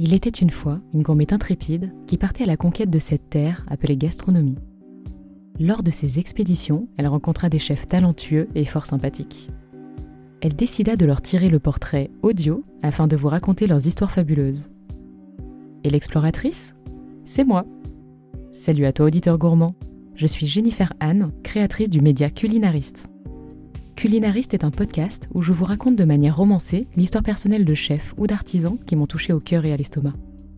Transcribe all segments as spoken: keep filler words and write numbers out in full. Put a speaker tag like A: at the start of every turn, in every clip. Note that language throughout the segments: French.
A: Il était une fois une gourmette intrépide qui partait à la conquête de cette terre appelée gastronomie. Lors de ses expéditions, elle rencontra des chefs talentueux et fort sympathiques. Elle décida de leur tirer le portrait audio afin de vous raconter leurs histoires fabuleuses. Et l'exploratrice ? C'est moi. Salut à toi auditeur gourmand, je suis Jennifer Anne, créatrice du média Culinariste. Culinariste est un podcast où je vous raconte de manière romancée l'histoire personnelle de chefs ou d'artisans qui m'ont touché au cœur et à l'estomac.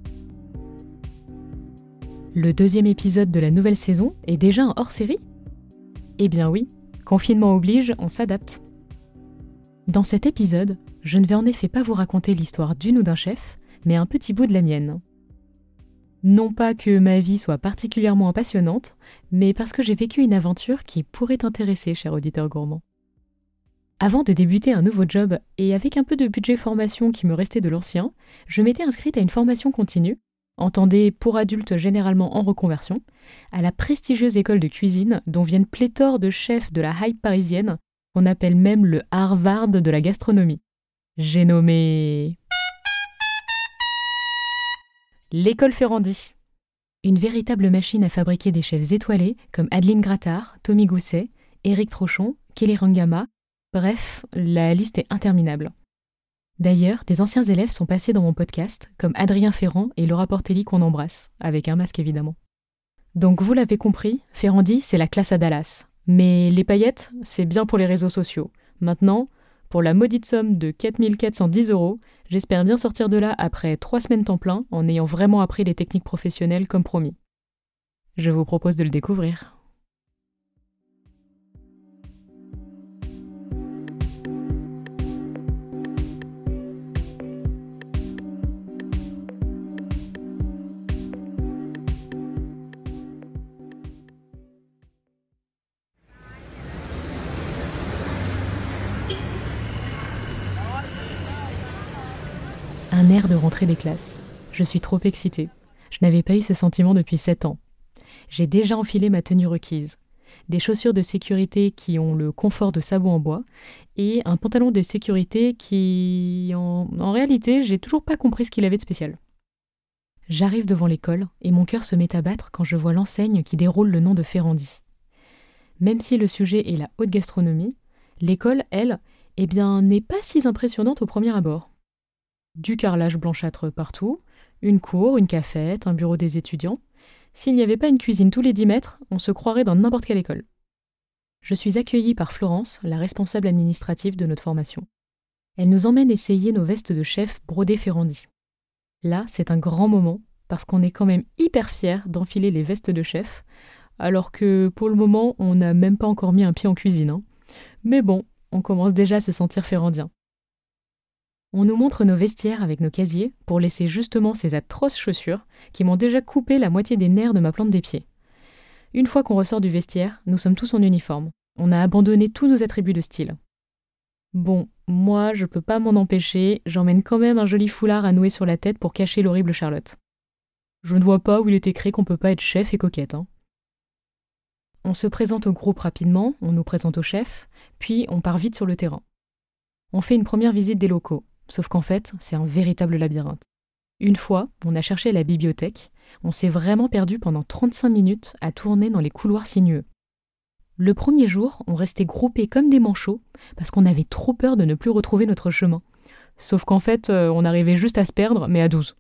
A: Le deuxième épisode de la nouvelle saison est déjà un hors-série ? Eh bien oui, confinement oblige, on s'adapte. Dans cet épisode, je ne vais en effet pas vous raconter l'histoire d'une ou d'un chef, mais un petit bout de la mienne. Non pas que ma vie soit particulièrement passionnante, mais parce que j'ai vécu une aventure qui pourrait t'intéresser, cher auditeur gourmand. Avant de débuter un nouveau job et avec un peu de budget formation qui me restait de l'ancien, je m'étais inscrite à une formation continue, entendez pour adultes généralement en reconversion, à la prestigieuse école de cuisine dont viennent pléthore de chefs de la hype parisienne, qu'on appelle même le Harvard de la gastronomie. J'ai nommé... l'école Ferrandi. Une véritable machine à fabriquer des chefs étoilés comme Adeline Grattard, Tommy Gousset, Éric Trochon, Kelly Rangama. Bref, la liste est interminable. D'ailleurs, des anciens élèves sont passés dans mon podcast, comme Adrien Ferrand et Laura Portelli qu'on embrasse, avec un masque évidemment. Donc vous l'avez compris, Ferrandi, c'est la classe à Dallas. Mais les paillettes, c'est bien pour les réseaux sociaux. Maintenant, pour la maudite somme de quatre mille quatre cent dix euros, j'espère bien sortir de là après trois semaines temps plein en ayant vraiment appris les techniques professionnelles comme promis. Je vous propose de le découvrir. Un air de rentrée des classes. Je suis trop excitée. Je n'avais pas eu ce sentiment depuis sept ans. J'ai déjà enfilé ma tenue requise. Des chaussures de sécurité qui ont le confort de sabots en bois et un pantalon de sécurité qui, en, en réalité, j'ai toujours pas compris ce qu'il avait de spécial. J'arrive devant l'école et mon cœur se met à battre quand je vois l'enseigne qui déroule le nom de Ferrandi. Même si le sujet est la haute gastronomie, l'école, elle, eh bien, n'est pas si impressionnante au premier abord. Du carrelage blanchâtre partout, une cour, une cafette, un bureau des étudiants. S'il n'y avait pas une cuisine tous les dix mètres, on se croirait dans n'importe quelle école. Je suis accueillie par Florence, la responsable administrative de notre formation. Elle nous emmène essayer nos vestes de chef brodées Ferrandi. Là, c'est un grand moment, parce qu'on est quand même hyper fiers d'enfiler les vestes de chef, alors que pour le moment, on n'a même pas encore mis un pied en cuisine. Hein. Mais bon, on commence déjà à se sentir ferrandien. On nous montre nos vestiaires avec nos casiers pour laisser justement ces atroces chaussures qui m'ont déjà coupé la moitié des nerfs de ma plante des pieds. Une fois qu'on ressort du vestiaire, nous sommes tous en uniforme. On a abandonné tous nos attributs de style. Bon, moi, je peux pas m'en empêcher, j'emmène quand même un joli foulard à nouer sur la tête pour cacher l'horrible Charlotte. Je ne vois pas où il est écrit qu'on peut pas être chef et coquette. Hein. On se présente au groupe rapidement, on nous présente au chef, puis on part vite sur le terrain. On fait une première visite des locaux. Sauf qu'en fait, c'est un véritable labyrinthe. Une fois, on a cherché la bibliothèque, on s'est vraiment perdu pendant trente-cinq minutes à tourner dans les couloirs sinueux. Le premier jour, on restait groupés comme des manchots parce qu'on avait trop peur de ne plus retrouver notre chemin. Sauf qu'en fait, on arrivait juste à se perdre, mais à douze.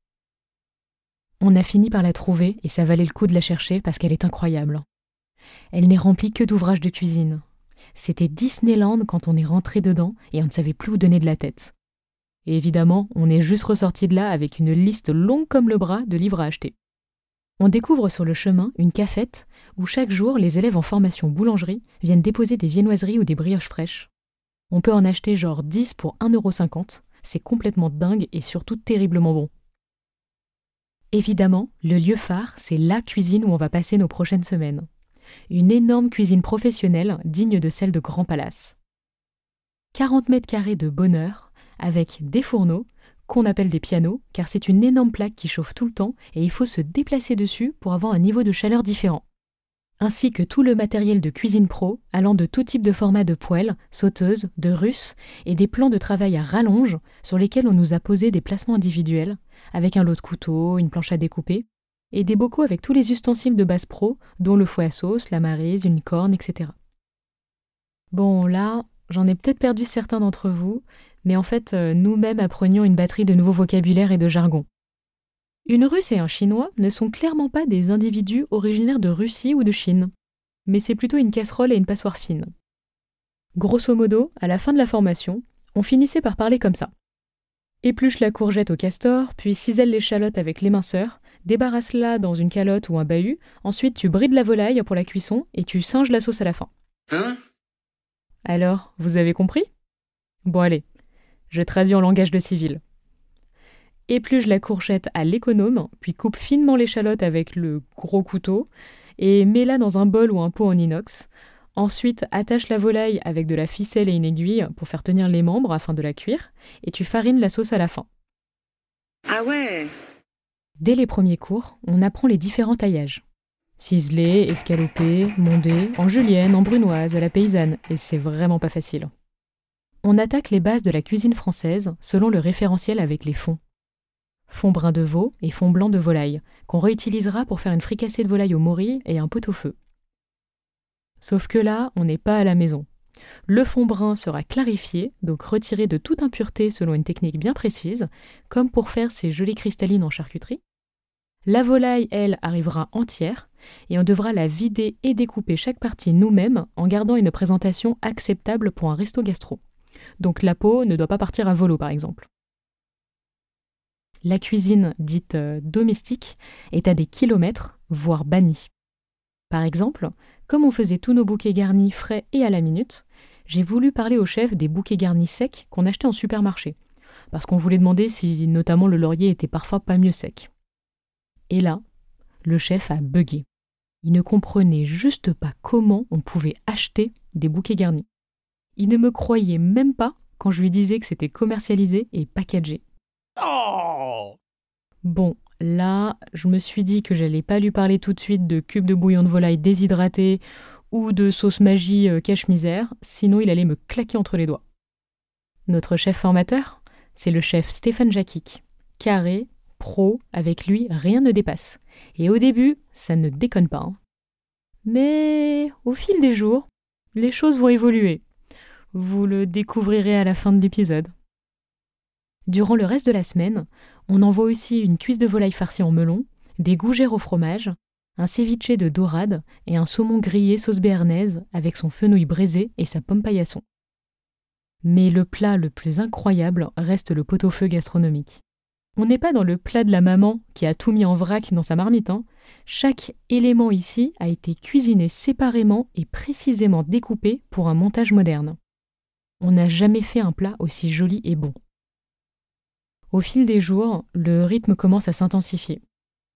A: On a fini par la trouver et ça valait le coup de la chercher parce qu'elle est incroyable. Elle n'est remplie que d'ouvrages de cuisine. C'était Disneyland quand on est rentré dedans et on ne savait plus où donner de la tête. Et évidemment, on est juste ressorti de là avec une liste longue comme le bras de livres à acheter. On découvre sur le chemin une cafette où chaque jour, les élèves en formation boulangerie viennent déposer des viennoiseries ou des brioches fraîches. On peut en acheter genre dix pour un euro cinquante, c'est complètement dingue et surtout terriblement bon. Évidemment, le lieu phare, c'est la cuisine où on va passer nos prochaines semaines. Une énorme cuisine professionnelle digne de celle de Grand Palace. quarante mètres carrés de bonheur, avec des fourneaux, qu'on appelle des pianos, car c'est une énorme plaque qui chauffe tout le temps et il faut se déplacer dessus pour avoir un niveau de chaleur différent. ainsi que tout le matériel de cuisine pro allant de tout type de format de poêle, sauteuse, de russe et des plans de travail à rallonge sur lesquels on nous a posé des placements individuels avec un lot de couteaux, une planche à découper et des bocaux avec tous les ustensiles de base pro dont le fouet à sauce, la maryse, une corne, et cetera. Bon là, j'en ai peut-être perdu certains d'entre vous, mais en fait, euh, nous-mêmes apprenions une batterie de nouveaux vocabulaires et de jargon. Une Russe et un Chinois ne sont clairement pas des individus originaires de Russie ou de Chine, mais c'est plutôt une casserole et une passoire fine. Grosso modo, à la fin de la formation, on finissait par parler comme ça. Épluche la courgette au castor, puis cisèle l'échalote avec l'éminceur, débarrasse-la dans une calotte ou un bahut, ensuite tu brides la volaille pour la cuisson et tu singes la sauce à la fin. Hein ? Alors, vous avez compris ? Bon allez, je traduis en langage de civil. Épluche la courgette à l'économe, puis coupe finement l'échalote avec le gros couteau et mets-la dans un bol ou un pot en inox. Ensuite, attache la volaille avec de la ficelle et une aiguille pour faire tenir les membres afin de la cuire et tu farines la sauce à la fin. Ah ouais ! Dès les premiers cours, on apprend les différents taillages. Ciselé, escalopé, mondé, en julienne, en brunoise, à la paysanne, et c'est vraiment pas facile. On attaque les bases de la cuisine française selon le référentiel avec les fonds. Fond brun de veau et fond blanc de volaille, qu'on réutilisera pour faire une fricassée de volaille au mori et un pot-au-feu. Sauf que là, on n'est pas à la maison. Le fond brun sera clarifié, donc retiré de toute impureté selon une technique bien précise, comme pour faire ces jolies cristallines en charcuterie. La volaille, elle, arrivera entière, et on devra la vider et découper chaque partie nous-mêmes en gardant une présentation acceptable pour un resto gastro. Donc la peau ne doit pas partir à volo, par exemple. La cuisine dite euh, domestique est à des kilomètres, voire bannie. Par exemple, comme on faisait tous nos bouquets garnis frais et à la minute, j'ai voulu parler au chef des bouquets garnis secs qu'on achetait en supermarché, parce qu'on voulait demander si notamment le laurier était parfois pas mieux sec. Et là, le chef a bugué. Il ne comprenait juste pas comment on pouvait acheter des bouquets garnis. Il ne me croyait même pas quand je lui disais que c'était commercialisé et packagé. Oh ! Bon, là, je me suis dit que j'allais pas lui parler tout de suite de cubes de bouillon de volaille déshydraté ou de sauce magie euh, cache-misère, sinon il allait me claquer entre les doigts. Notre chef formateur, c'est le chef Stéphane Jakic. Carré, pro, avec lui, rien ne dépasse. Et au début, ça ne déconne pas. Hein. Mais au fil des jours, les choses vont évoluer. Vous le découvrirez à la fin de l'épisode. Durant le reste de la semaine, on envoie aussi une cuisse de volaille farcie en melon, des gougères au fromage, un ceviche de dorade et un saumon grillé sauce béarnaise avec son fenouil braisé et sa pomme paillasson. Mais le plat le plus incroyable reste le pot-au-feu gastronomique. On n'est pas dans le plat de la maman qui a tout mis en vrac dans sa marmite. Hein. Chaque élément ici a été cuisiné séparément et précisément découpé pour un montage moderne. On n'a jamais fait un plat aussi joli et bon. Au fil des jours, le rythme commence à s'intensifier.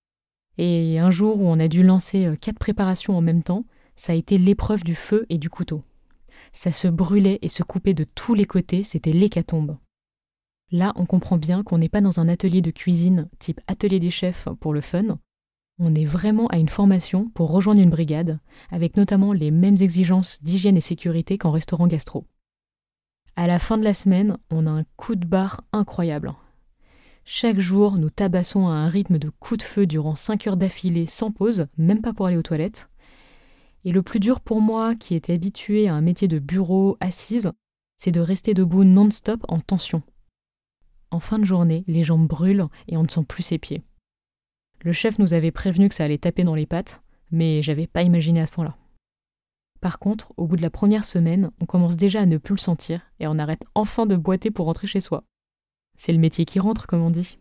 A: Et un jour où on a dû lancer quatre préparations en même temps, ça a été l'épreuve du feu et du couteau. Ça se brûlait et se coupait de tous les côtés, c'était l'hécatombe. Là, on comprend bien qu'on n'est pas dans un atelier de cuisine type atelier des chefs pour le fun. On est vraiment à une formation pour rejoindre une brigade, avec notamment les mêmes exigences d'hygiène et sécurité qu'en restaurant gastro. À la fin de la semaine, on a un coup de barre incroyable. Chaque jour, nous tabassons à un rythme de coups de feu durant cinq heures d'affilée sans pause, même pas pour aller aux toilettes. Et le plus dur pour moi, qui était habitué à un métier de bureau assise, c'est de rester debout non-stop en tension. En fin de journée, les jambes brûlent et on ne sent plus ses pieds. Le chef nous avait prévenu que ça allait taper dans les pattes, mais j'avais pas imaginé à ce point-là. Par contre, au bout de la première semaine, on commence déjà à ne plus le sentir et on arrête enfin de boiter pour rentrer chez soi. C'est le métier qui rentre, comme on dit.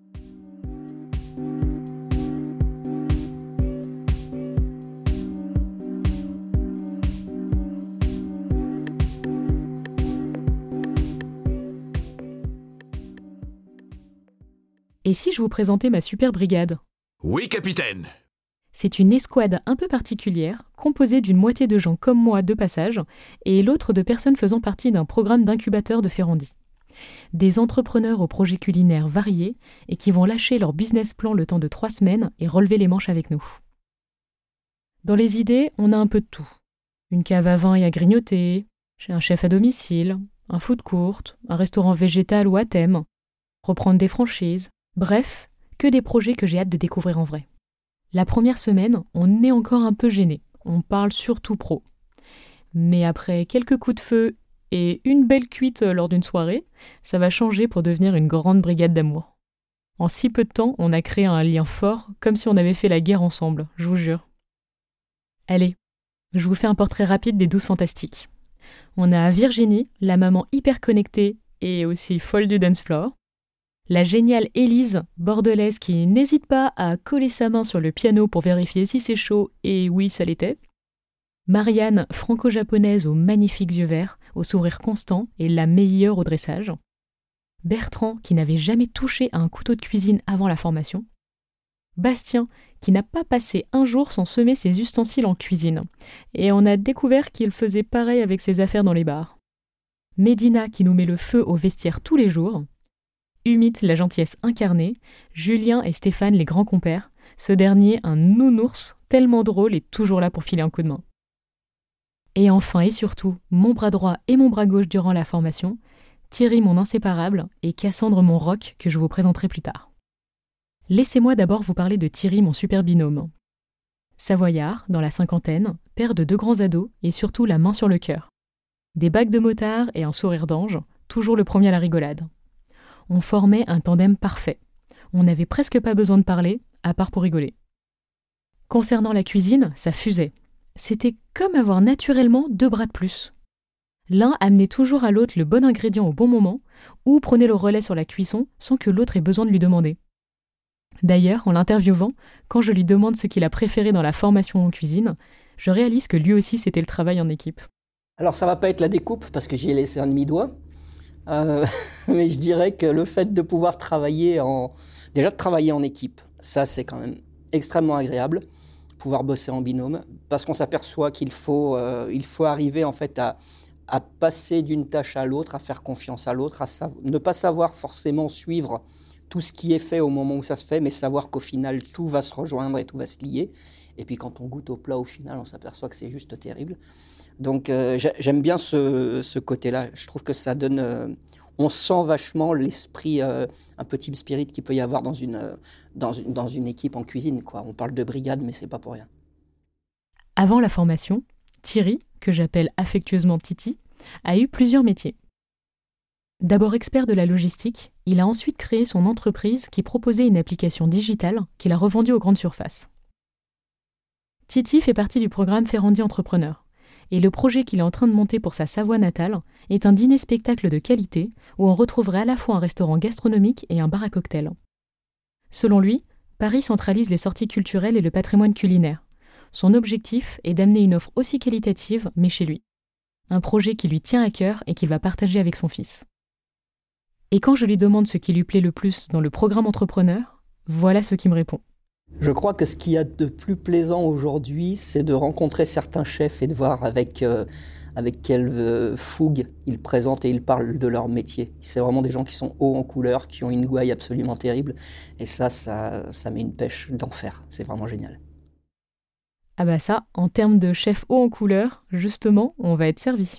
A: Et si je vous présentais ma super brigade ?
B: Oui, capitaine.
A: C'est une escouade un peu particulière, composée d'une moitié de gens comme moi de passage et l'autre de personnes faisant partie d'un programme d'incubateur de Ferrandi. Des entrepreneurs aux projets culinaires variés et qui vont lâcher leur business plan le temps de trois semaines et relever les manches avec nous. Dans les idées, on a un peu de tout. Une cave à vin et à grignoter, un chef à domicile, un food court, un restaurant végétal ou à thème, reprendre des franchises, bref, que des projets que j'ai hâte de découvrir en vrai. La première semaine, on est encore un peu gêné, on parle surtout pro. Mais après quelques coups de feu et une belle cuite lors d'une soirée, ça va changer pour devenir une grande brigade d'amour. En si peu de temps, on a créé un lien fort, comme si on avait fait la guerre ensemble, je vous jure. Allez, je vous fais un portrait rapide des douze fantastiques. On a Virginie, la maman hyper connectée et aussi folle du dance floor. La géniale Élise, bordelaise qui n'hésite pas à coller sa main sur le piano pour vérifier si c'est chaud, et oui, ça l'était. Marianne, franco-japonaise aux magnifiques yeux verts, au sourire constant et la meilleure au dressage. Bertrand, qui n'avait jamais touché à un couteau de cuisine avant la formation. Bastien, qui n'a pas passé un jour sans semer ses ustensiles en cuisine. Et on a découvert qu'il faisait pareil avec ses affaires dans les bars. Médina, qui nous met le feu au vestiaire tous les jours. Humit, la gentillesse incarnée. Julien et Stéphane, les grands compères. Ce dernier, un nounours, tellement drôle et toujours là pour filer un coup de main. Et enfin et surtout, mon bras droit et mon bras gauche durant la formation, Thierry, mon inséparable, et Cassandre, mon rock, que je vous présenterai plus tard. Laissez-moi d'abord vous parler de Thierry, mon super binôme. Savoyard, dans la cinquantaine, père de deux grands ados et surtout la main sur le cœur. Des bagues de motard et un sourire d'ange, toujours le premier à la rigolade. On formait un tandem parfait. On n'avait presque pas besoin de parler, à part pour rigoler. Concernant la cuisine, ça fusait. C'était comme avoir naturellement deux bras de plus. L'un amenait toujours à l'autre le bon ingrédient au bon moment, ou prenait le relais sur la cuisson sans que l'autre ait besoin de lui demander. D'ailleurs, en l'interviewant, quand je lui demande ce qu'il a préféré dans la formation en cuisine, je réalise que lui aussi c'était le travail en équipe.
B: Alors ça va pas être la découpe, parce que j'y ai laissé un demi-doigt, euh, mais je dirais que le fait de pouvoir travailler en... Déjà de travailler en équipe, ça c'est quand même extrêmement agréable, pouvoir bosser en binôme, parce qu'on s'aperçoit qu'il faut, euh, il faut arriver en fait à, à passer d'une tâche à l'autre, à faire confiance à l'autre, à sav- ne pas savoir forcément suivre tout ce qui est fait au moment où ça se fait, mais savoir qu'au final tout va se rejoindre et tout va se lier. Et puis quand on goûte au plat au final, on s'aperçoit que c'est juste terrible. Donc euh, j'aime bien ce, ce côté-là. Je trouve que ça donne... Euh, on sent vachement l'esprit, euh, un peu team spirit qu'il peut y avoir dans une, euh, dans une, dans une équipe en cuisine, quoi. On parle de brigade, mais c'est pas pour rien.
A: Avant la formation, Thierry, que j'appelle affectueusement Titi, a eu plusieurs métiers. D'abord expert de la logistique, il a ensuite créé son entreprise qui proposait une application digitale qu'il a revendue aux grandes surfaces. Titi fait partie du programme Ferrandi Entrepreneur. Et le projet qu'il est en train de monter pour sa Savoie natale est un dîner-spectacle de qualité où on retrouverait à la fois un restaurant gastronomique et un bar à cocktails. Selon lui, Paris centralise les sorties culturelles et le patrimoine culinaire. Son objectif est d'amener une offre aussi qualitative, mais chez lui. Un projet qui lui tient à cœur et qu'il va partager avec son fils. Et quand je lui demande ce qui lui plaît le plus dans le programme entrepreneur, voilà ce qu'il me répond.
B: Je crois que ce qu'il y a de plus plaisant aujourd'hui, c'est de rencontrer certains chefs et de voir avec, euh, avec quelle euh, fougue ils présentent et ils parlent de leur métier. C'est vraiment des gens qui sont hauts en couleur, qui ont une gouaille absolument terrible. Et ça, ça, ça met une pêche d'enfer. C'est vraiment génial.
A: Ah bah ça, en termes de chef haut en couleur, justement, on va être servi.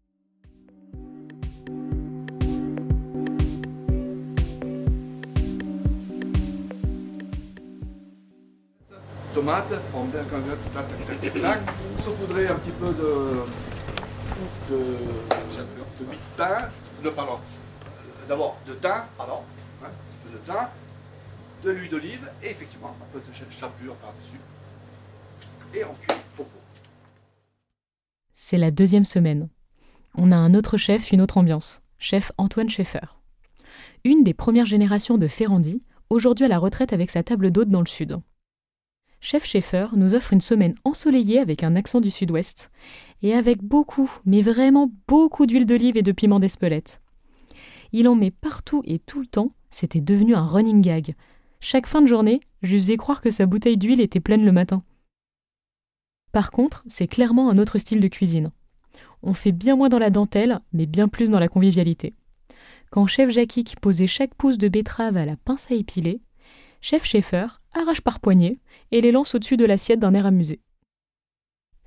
C: Tomates, pommes bien tac, tac, tac, tac, tac, saupoudrer un petit peu de, de, de, de thym, de, pardon, d'abord de thym, pardon, hein, un peu de thym, de l'huile d'olive et effectivement un peu de chapelure par-dessus et on cuit au four.
A: C'est la deuxième semaine. On a un autre chef, une autre ambiance, chef Antoine Schaeffer. Une des premières générations de Ferrandi, aujourd'hui à la retraite avec sa table d'hôte dans le sud. Chef Schaeffer nous offre une semaine ensoleillée avec un accent du sud-ouest et avec beaucoup, mais vraiment beaucoup d'huile d'olive et de piment d'Espelette. Il en met partout et tout le temps, c'était devenu un running gag. Chaque fin de journée, je lui faisais croire que sa bouteille d'huile était pleine le matin. Par contre, c'est clairement un autre style de cuisine. On fait bien moins dans la dentelle, mais bien plus dans la convivialité. Quand Chef Jackie posait chaque pouce de betterave à la pince à épiler, Chef Schaeffer arrache par poignée et les lance au-dessus de l'assiette d'un air amusé.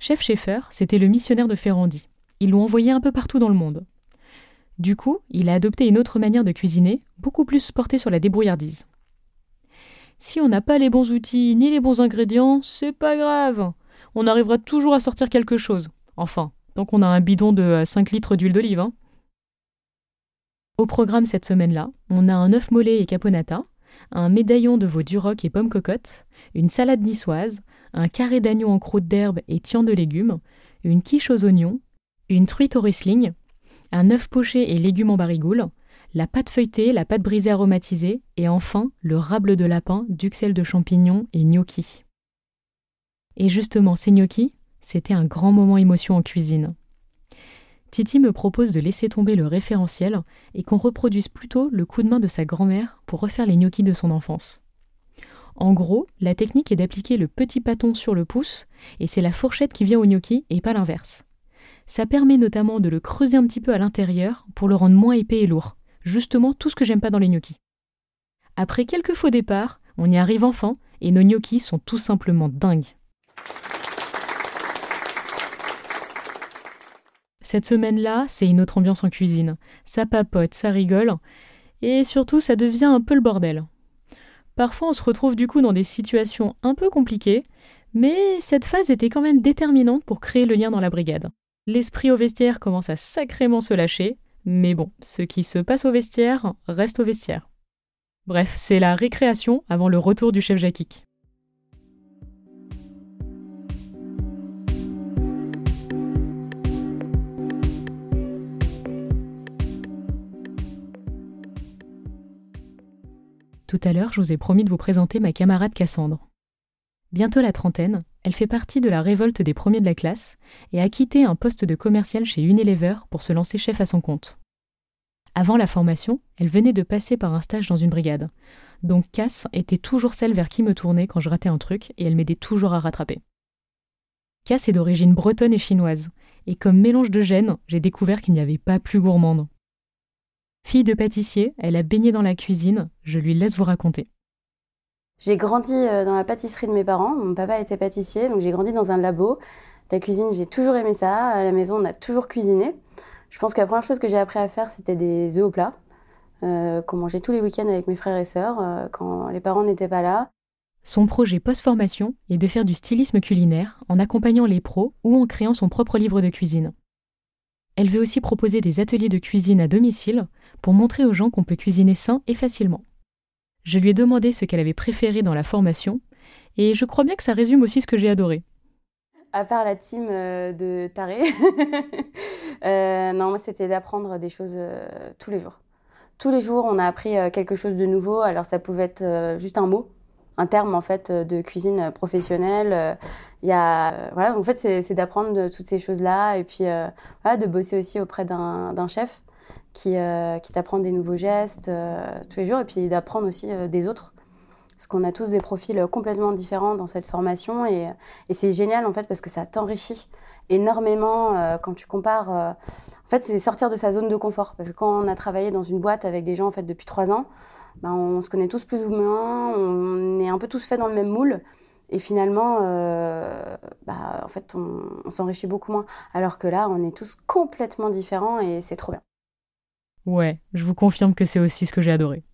A: Chef Schaeffer, c'était le missionnaire de Ferrandi. Ils l'ont envoyé un peu partout dans le monde. Du coup, il a adopté une autre manière de cuisiner, beaucoup plus portée sur la débrouillardise. Si on n'a pas les bons outils ni les bons ingrédients, c'est pas grave. On arrivera toujours à sortir quelque chose. Enfin, tant qu'on a un bidon de cinq litres d'huile d'olive. Hein. Au programme cette semaine-là, on a un œuf mollet et caponata, un médaillon de veau duroc et pommes cocottes, une salade niçoise, un carré d'agneau en croûte d'herbe et tian de légumes, une quiche aux oignons, une truite au riesling, un œuf poché et légumes en barigoule, la pâte feuilletée, la pâte brisée aromatisée et enfin le rable de lapin, duxelles de champignons et gnocchi. Et justement, ces gnocchis, c'était un grand moment émotion en cuisine. Titi me propose de laisser tomber le référentiel et qu'on reproduise plutôt le coup de main de sa grand-mère pour refaire les gnocchis de son enfance. En gros, la technique est d'appliquer le petit bâton sur le pouce et c'est la fourchette qui vient au gnocchi et pas l'inverse. Ça permet notamment de le creuser un petit peu à l'intérieur pour le rendre moins épais et lourd. Justement tout ce que j'aime pas dans les gnocchis. Après quelques faux départs, on y arrive enfin et nos gnocchis sont tout simplement dingues. Cette semaine-là, c'est une autre ambiance en cuisine. Ça papote, ça rigole et surtout ça devient un peu le bordel. Parfois on se retrouve du coup dans des situations un peu compliquées, mais cette phase était quand même déterminante pour créer le lien dans la brigade. L'esprit au vestiaire commence à sacrément se lâcher, mais bon, ce qui se passe au vestiaire reste au vestiaire. Bref, c'est la récréation avant le retour du chef Jakik. Tout à l'heure, je vous ai promis de vous présenter ma camarade Cassandre. Bientôt la trentaine, elle fait partie de la révolte des premiers de la classe et a quitté un poste de commercial chez Unilever pour se lancer chef à son compte. Avant la formation, elle venait de passer par un stage dans une brigade. Donc Cass était toujours celle vers qui me tourner quand je ratais un truc et elle m'aidait toujours à rattraper. Cass est d'origine bretonne et chinoise, et comme mélange de gènes, j'ai découvert qu'il n'y avait pas plus gourmande. Fille de pâtissier, elle a baigné dans la cuisine, je lui laisse vous raconter.
D: J'ai grandi dans la pâtisserie de mes parents, mon papa était pâtissier, donc j'ai grandi dans un labo. La cuisine, j'ai toujours aimé ça, à la maison on a toujours cuisiné. Je pense que la première chose que j'ai appris à faire, c'était des œufs au plat, euh, qu'on mangeait tous les week-ends avec mes frères et sœurs, euh, quand les parents n'étaient pas là.
A: Son projet post-formation est de faire du stylisme culinaire en accompagnant les pros ou en créant son propre livre de cuisine. Elle veut aussi proposer des ateliers de cuisine à domicile pour montrer aux gens qu'on peut cuisiner sain et facilement. Je lui ai demandé ce qu'elle avait préféré dans la formation et je crois bien que ça résume aussi ce que j'ai adoré.
D: À part la team euh, de tarés, euh, non, moi c'était d'apprendre des choses euh, tous les jours. Tous les jours, on a appris euh, quelque chose de nouveau. Alors ça pouvait être euh, juste un mot, un terme en fait de cuisine professionnelle. Il y a, euh, voilà, en fait c'est, c'est d'apprendre de toutes ces choses-là et puis euh, voilà, de bosser aussi auprès d'un, d'un chef qui, euh, qui t'apprend des nouveaux gestes euh, tous les jours et puis d'apprendre aussi euh, des autres. Parce qu'on a tous des profils complètement différents dans cette formation et, et c'est génial en fait parce que ça t'enrichit énormément euh, quand tu compares. Euh, en fait, c'est sortir de sa zone de confort parce que quand on a travaillé dans une boîte avec des gens en fait depuis trois ans, ben, on se connaît tous plus ou moins, on est un peu tous faits dans le même moule et finalement, euh, bah, en fait, on, on s'enrichit beaucoup moins. Alors que là, on est tous complètement différents et c'est trop bien.
A: Ouais, je vous confirme que c'est aussi ce que j'ai adoré.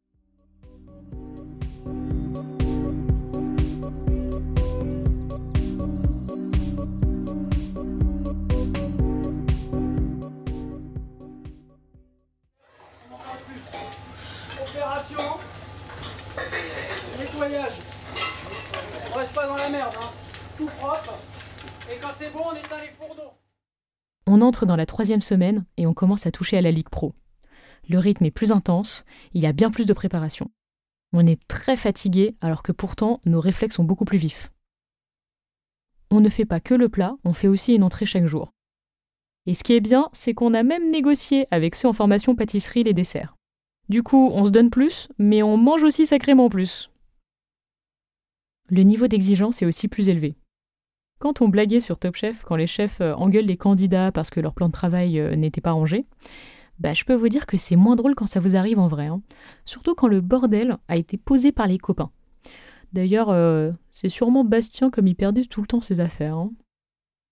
E: Nettoyage. On reste pas dans la merde, hein. Tout propre. Et quand c'est bon, on éteint les fourneaux.
A: On entre dans la troisième semaine et on commence à toucher à la Ligue Pro. Le rythme est plus intense, il y a bien plus de préparation. On est très fatigué alors que pourtant nos réflexes sont beaucoup plus vifs. On ne fait pas que le plat, on fait aussi une entrée chaque jour. Et ce qui est bien, c'est qu'on a même négocié avec ceux en formation pâtisserie les desserts. Du coup, on se donne plus, mais on mange aussi sacrément plus. Le niveau d'exigence est aussi plus élevé. Quand on blaguait sur Top Chef, quand les chefs engueulent les candidats parce que leur plan de travail n'était pas rangé, bah je peux vous dire que c'est moins drôle quand ça vous arrive en vrai. Hein. Surtout quand le bordel a été posé par les copains. D'ailleurs, euh, c'est sûrement Bastien comme il perdait tout le temps ses affaires. Hein.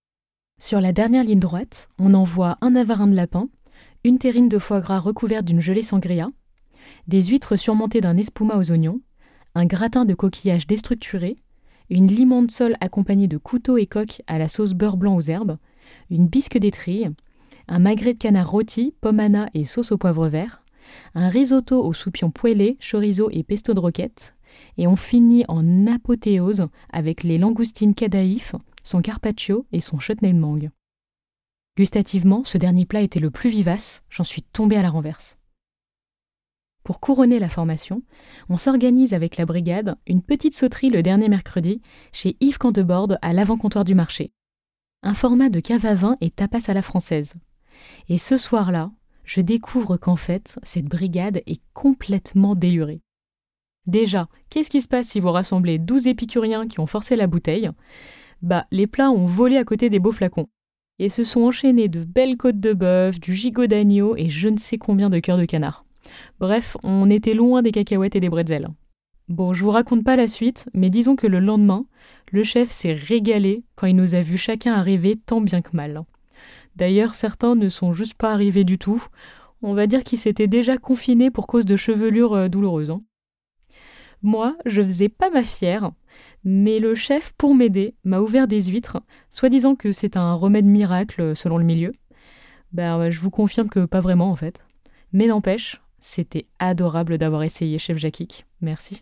A: Sur la dernière ligne droite, on envoie un navarin de lapin, une terrine de foie gras recouverte d'une gelée sangria, des huîtres surmontées d'un espuma aux oignons, un gratin de coquillages déstructurés, une limande sole accompagnée de couteaux et coques à la sauce beurre blanc aux herbes, une bisque d'étrille, un magret de canard rôti, pomme anna et sauce au poivre vert, un risotto aux soupions poêlés, chorizo et pesto de roquette, et on finit en apothéose avec les langoustines cadaïf, son carpaccio et son chutney de mangue. Gustativement, ce dernier plat était le plus vivace, j'en suis tombée à la renverse. Pour couronner la formation, on s'organise avec la brigade une petite sauterie le dernier mercredi chez Yves Canteborde à l'avant-comptoir du marché. Un format de cave à vin et tapas à la française. Et ce soir-là, je découvre qu'en fait, cette brigade est complètement délurée. Déjà, qu'est-ce qui se passe si vous rassemblez douze épicuriens qui ont forcé la bouteille ? Bah, les plats ont volé à côté des beaux flacons. Et se sont enchaînés de belles côtes de bœuf, du gigot d'agneau et je ne sais combien de cœurs de canard. Bref, on était loin des cacahuètes et des bretzels. Bon, je vous raconte pas la suite, mais disons que le lendemain, le chef s'est régalé quand il nous a vus chacun arriver tant bien que mal. D'ailleurs, certains ne sont juste pas arrivés du tout. On va dire qu'ils s'étaient déjà confinés pour cause de chevelures douloureuses. Hein. Moi, je faisais pas ma fière, mais le chef, pour m'aider, m'a ouvert des huîtres, soi-disant que c'est un remède miracle selon le milieu. Ben, je vous confirme que pas vraiment en fait. Mais n'empêche, c'était adorable d'avoir essayé Chef Jakik. Merci.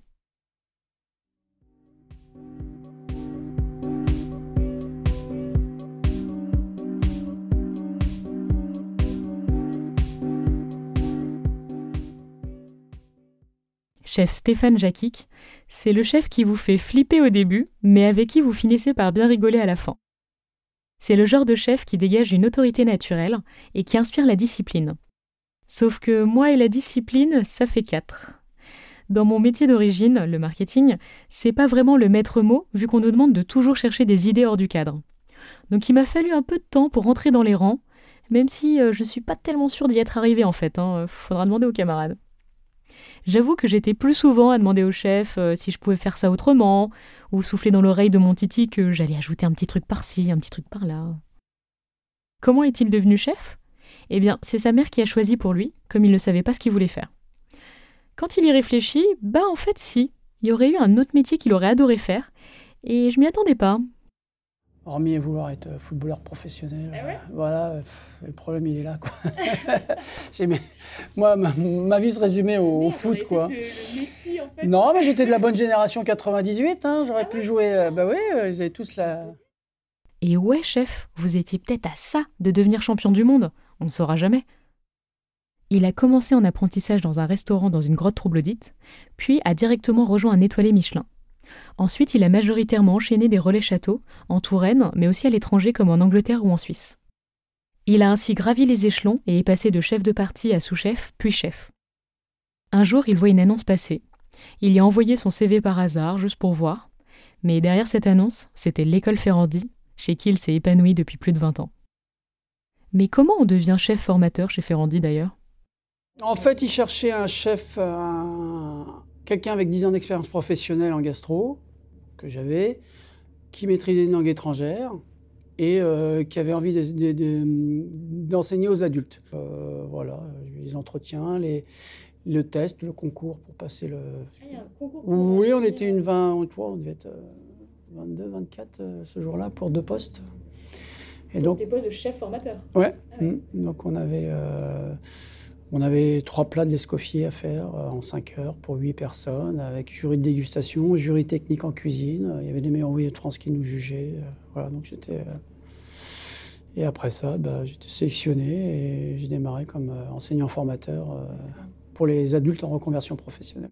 A: Chef Stéphane Jakik, c'est le chef qui vous fait flipper au début, mais avec qui vous finissez par bien rigoler à la fin. C'est le genre de chef qui dégage une autorité naturelle et qui inspire la discipline. Sauf que moi et la discipline, ça fait quatre. Dans mon métier d'origine, le marketing, c'est pas vraiment le maître mot, vu qu'on nous demande de toujours chercher des idées hors du cadre. Donc il m'a fallu un peu de temps pour rentrer dans les rangs, même si euh, je suis pas tellement sûre d'y être arrivée en fait, hein, faudra demander aux camarades. J'avoue que j'étais plus souvent à demander au chef euh, si je pouvais faire ça autrement, ou souffler dans l'oreille de mon titi que j'allais ajouter un petit truc par-ci, un petit truc par-là. Comment est-il devenu chef ? Eh bien, c'est sa mère qui a choisi pour lui, comme il ne savait pas ce qu'il voulait faire. Quand il y réfléchit, bah en fait si, il y aurait eu un autre métier qu'il aurait adoré faire, et je m'y attendais pas.
F: Hormis vouloir être footballeur professionnel,
A: Ah ouais ?
F: voilà, pff, le problème il est là, quoi. J'ai, moi, ma, ma vie se résumait au, au foot, quoi. Le, le Messi, en fait. Non, mais j'étais de la bonne génération quatre-vingt-dix-huit, hein, j'aurais ah pu ouais jouer, euh, bah oui, euh, ils avaient tous la...
A: Et ouais, chef, vous étiez peut-être à ça de devenir champion du monde, on ne saura jamais. Il a commencé en apprentissage dans un restaurant dans une grotte troglodyte, puis a directement rejoint un étoilé Michelin. Ensuite, il a majoritairement enchaîné des relais châteaux, en Touraine, mais aussi à l'étranger comme en Angleterre ou en Suisse. Il a ainsi gravi les échelons et est passé de chef de partie à sous-chef, puis chef. Un jour, il voit une annonce passer. Il y a envoyé son C V par hasard, juste pour voir. Mais derrière cette annonce, c'était l'école Ferrandi, chez qui il s'est épanoui depuis plus de vingt ans. Mais comment on devient chef formateur chez Ferrandi d'ailleurs ?
F: En fait, il cherchait un chef, un... quelqu'un avec dix ans d'expérience professionnelle en gastro, que j'avais, qui maîtrisait une langue étrangère et euh, qui avait envie de, de, de, d'enseigner aux adultes. Euh, voilà, les entretiens, les, le test, le concours pour passer le... Ah, il y a un concours pour oui, on était une vingt, on devait être vingt-deux, vingt-quatre euh, ce jour-là pour deux postes.
A: Et donc, donc des postes de chef formateur.
F: Ouais, ah ouais. Donc on avait... Euh, On avait trois plats de l'escoffier à faire en cinq heures pour huit personnes, avec jury de dégustation, jury technique en cuisine. Il y avait des meilleurs ouvriers de France qui nous jugeaient. Voilà, donc j'étais... Et après ça, bah, j'étais sélectionné et j'ai démarré comme enseignant-formateur pour les adultes en reconversion professionnelle.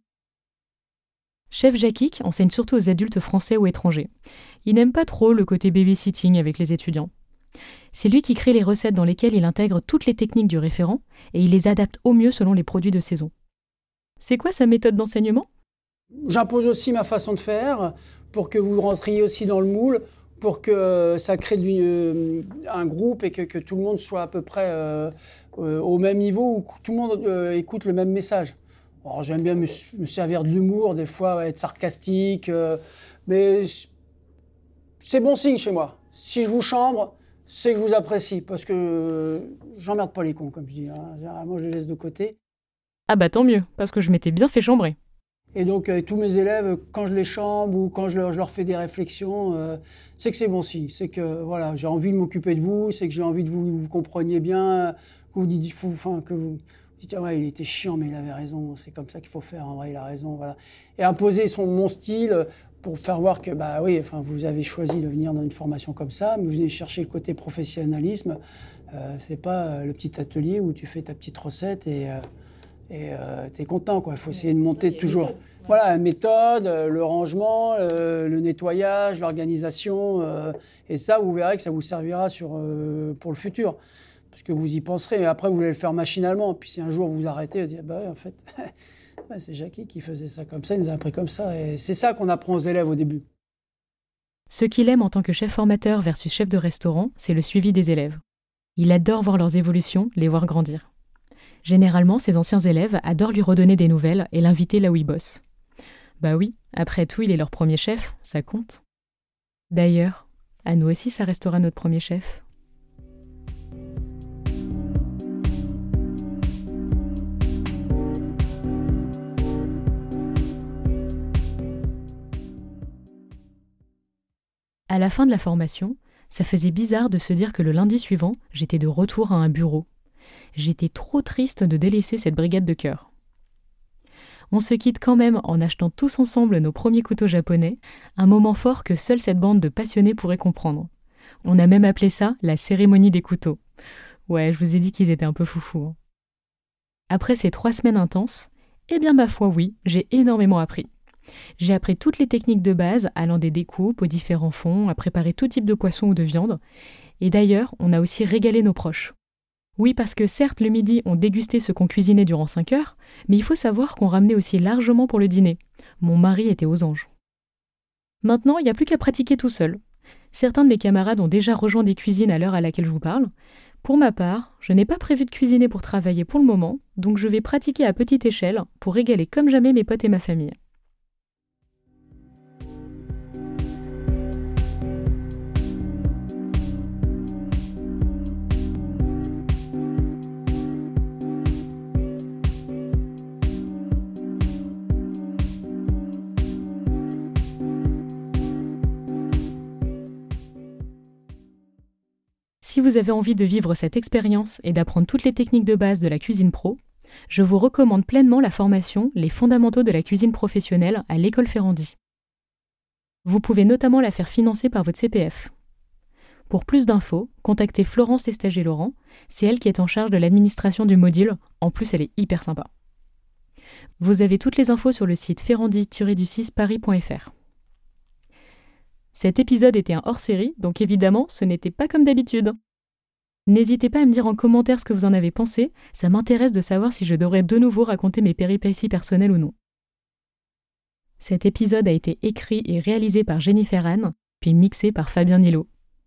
A: Chef Jakik enseigne surtout aux adultes français ou étrangers. Il n'aime pas trop le côté babysitting avec les étudiants. C'est lui qui crée les recettes dans lesquelles il intègre toutes les techniques du référent et il les adapte au mieux selon les produits de saison. C'est quoi sa méthode d'enseignement ?
F: J'impose aussi ma façon de faire pour que vous rentriez aussi dans le moule, pour que ça crée du, un groupe et que, que tout le monde soit à peu près euh, euh, au même niveau, où tout le monde euh, écoute le même message. Alors, j'aime bien me, me servir de l'humour, des fois être sarcastique, euh, mais c'est bon signe chez moi. Si je vous chambre, c'est que je vous apprécie, parce que j'emmerde pas les cons, comme je dis. Hein. Généralement, je les laisse de côté.
A: Ah bah tant mieux, parce que je m'étais bien fait chambrer.
F: Et donc, avec tous mes élèves, quand je les chambre ou quand je leur, je leur fais des réflexions, euh, c'est que c'est bon signe. C'est que voilà, j'ai envie de m'occuper de vous, c'est que j'ai envie que vous vous compreniez bien, que vous dites, enfin, que vous dites, ah ouais, il était chiant, mais il avait raison, c'est comme ça qu'il faut faire, en vrai, il a raison, voilà. Et imposer son, mon style pour faire voir que, bah oui, enfin, vous avez choisi de venir dans une formation comme ça, mais vous venez chercher le côté professionnalisme. Euh, c'est pas le petit atelier où tu fais ta petite recette et... Euh, Et euh, tu es content, quoi. Il faut essayer de monter toujours. Méthode, ouais. Voilà, la méthode, le rangement, le, le nettoyage, l'organisation. Euh, et ça, vous verrez que ça vous servira sur, euh, pour le futur. Parce que vous y penserez. Et après, vous allez le faire machinalement. Puis si un jour vous vous arrêtez, vous dites, bah ouais, en fait, ouais, c'est Jackie qui faisait ça comme ça, il nous a appris comme ça. Et c'est ça qu'on apprend aux élèves au début.
A: Ce qu'il aime en tant que chef formateur versus chef de restaurant, c'est le suivi des élèves. Il adore voir leurs évolutions, les voir grandir. Généralement, ses anciens élèves adorent lui redonner des nouvelles et l'inviter là où il bosse. Bah oui, après tout, il est leur premier chef, ça compte. D'ailleurs, à nous aussi, ça restera notre premier chef. À la fin de la formation, ça faisait bizarre de se dire que le lundi suivant, j'étais de retour à un bureau. J'étais trop triste de délaisser cette brigade de cœur. On se quitte quand même en achetant tous ensemble nos premiers couteaux japonais, un moment fort que seule cette bande de passionnés pourrait comprendre. On a même appelé ça la cérémonie des couteaux. Ouais, je vous ai dit qu'ils étaient un peu foufous. Hein. Après ces trois semaines intenses, eh bien ma foi oui, j'ai énormément appris. J'ai appris toutes les techniques de base, allant des découpes aux différents fonds, à préparer tout type de poisson ou de viande. Et d'ailleurs, on a aussi régalé nos proches. Oui, parce que certes, le midi, on dégustait ce qu'on cuisinait durant cinq heures, mais il faut savoir qu'on ramenait aussi largement pour le dîner. Mon mari était aux anges. Maintenant, il n'y a plus qu'à pratiquer tout seul. Certains de mes camarades ont déjà rejoint des cuisines à l'heure à laquelle je vous parle. Pour ma part, je n'ai pas prévu de cuisiner pour travailler pour le moment, donc je vais pratiquer à petite échelle pour régaler comme jamais mes potes et ma famille. Si vous avez envie de vivre cette expérience et d'apprendre toutes les techniques de base de la cuisine pro, je vous recommande pleinement la formation « Les fondamentaux de la cuisine professionnelle » à l'école Ferrandi. Vous pouvez notamment la faire financer par votre C P F. Pour plus d'infos, contactez Florence Estager-Laurent, c'est elle qui est en charge de l'administration du module, en plus elle est hyper sympa. Vous avez toutes les infos sur le site ferrandi tiret du six paris point f r. Cet épisode était un hors-série, donc évidemment, ce n'était pas comme d'habitude. N'hésitez pas à me dire en commentaire ce que vous en avez pensé, ça m'intéresse de savoir si je devrais de nouveau raconter mes péripéties personnelles ou non. Cet épisode a été écrit et réalisé par Jennifer Anne, puis mixé par Fabien Nilo.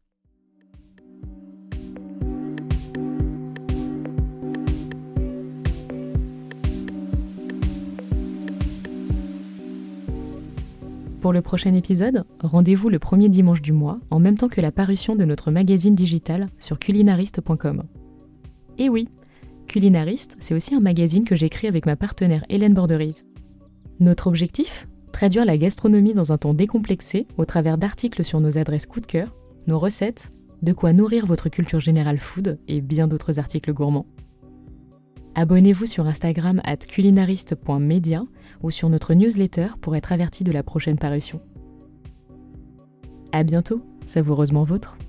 A: Pour le prochain épisode, rendez-vous le premier dimanche du mois, en même temps que la parution de notre magazine digital sur culinariste point com. Et oui, Culinariste, c'est aussi un magazine que j'écris avec ma partenaire Hélène Borderise. Notre objectif ? Traduire la gastronomie dans un ton décomplexé au travers d'articles sur nos adresses coup de cœur, nos recettes, de quoi nourrir votre culture générale food et bien d'autres articles gourmands. Abonnez-vous sur Instagram arobase culinariste point media ou sur notre newsletter pour être averti de la prochaine parution. À bientôt, savoureusement vôtre.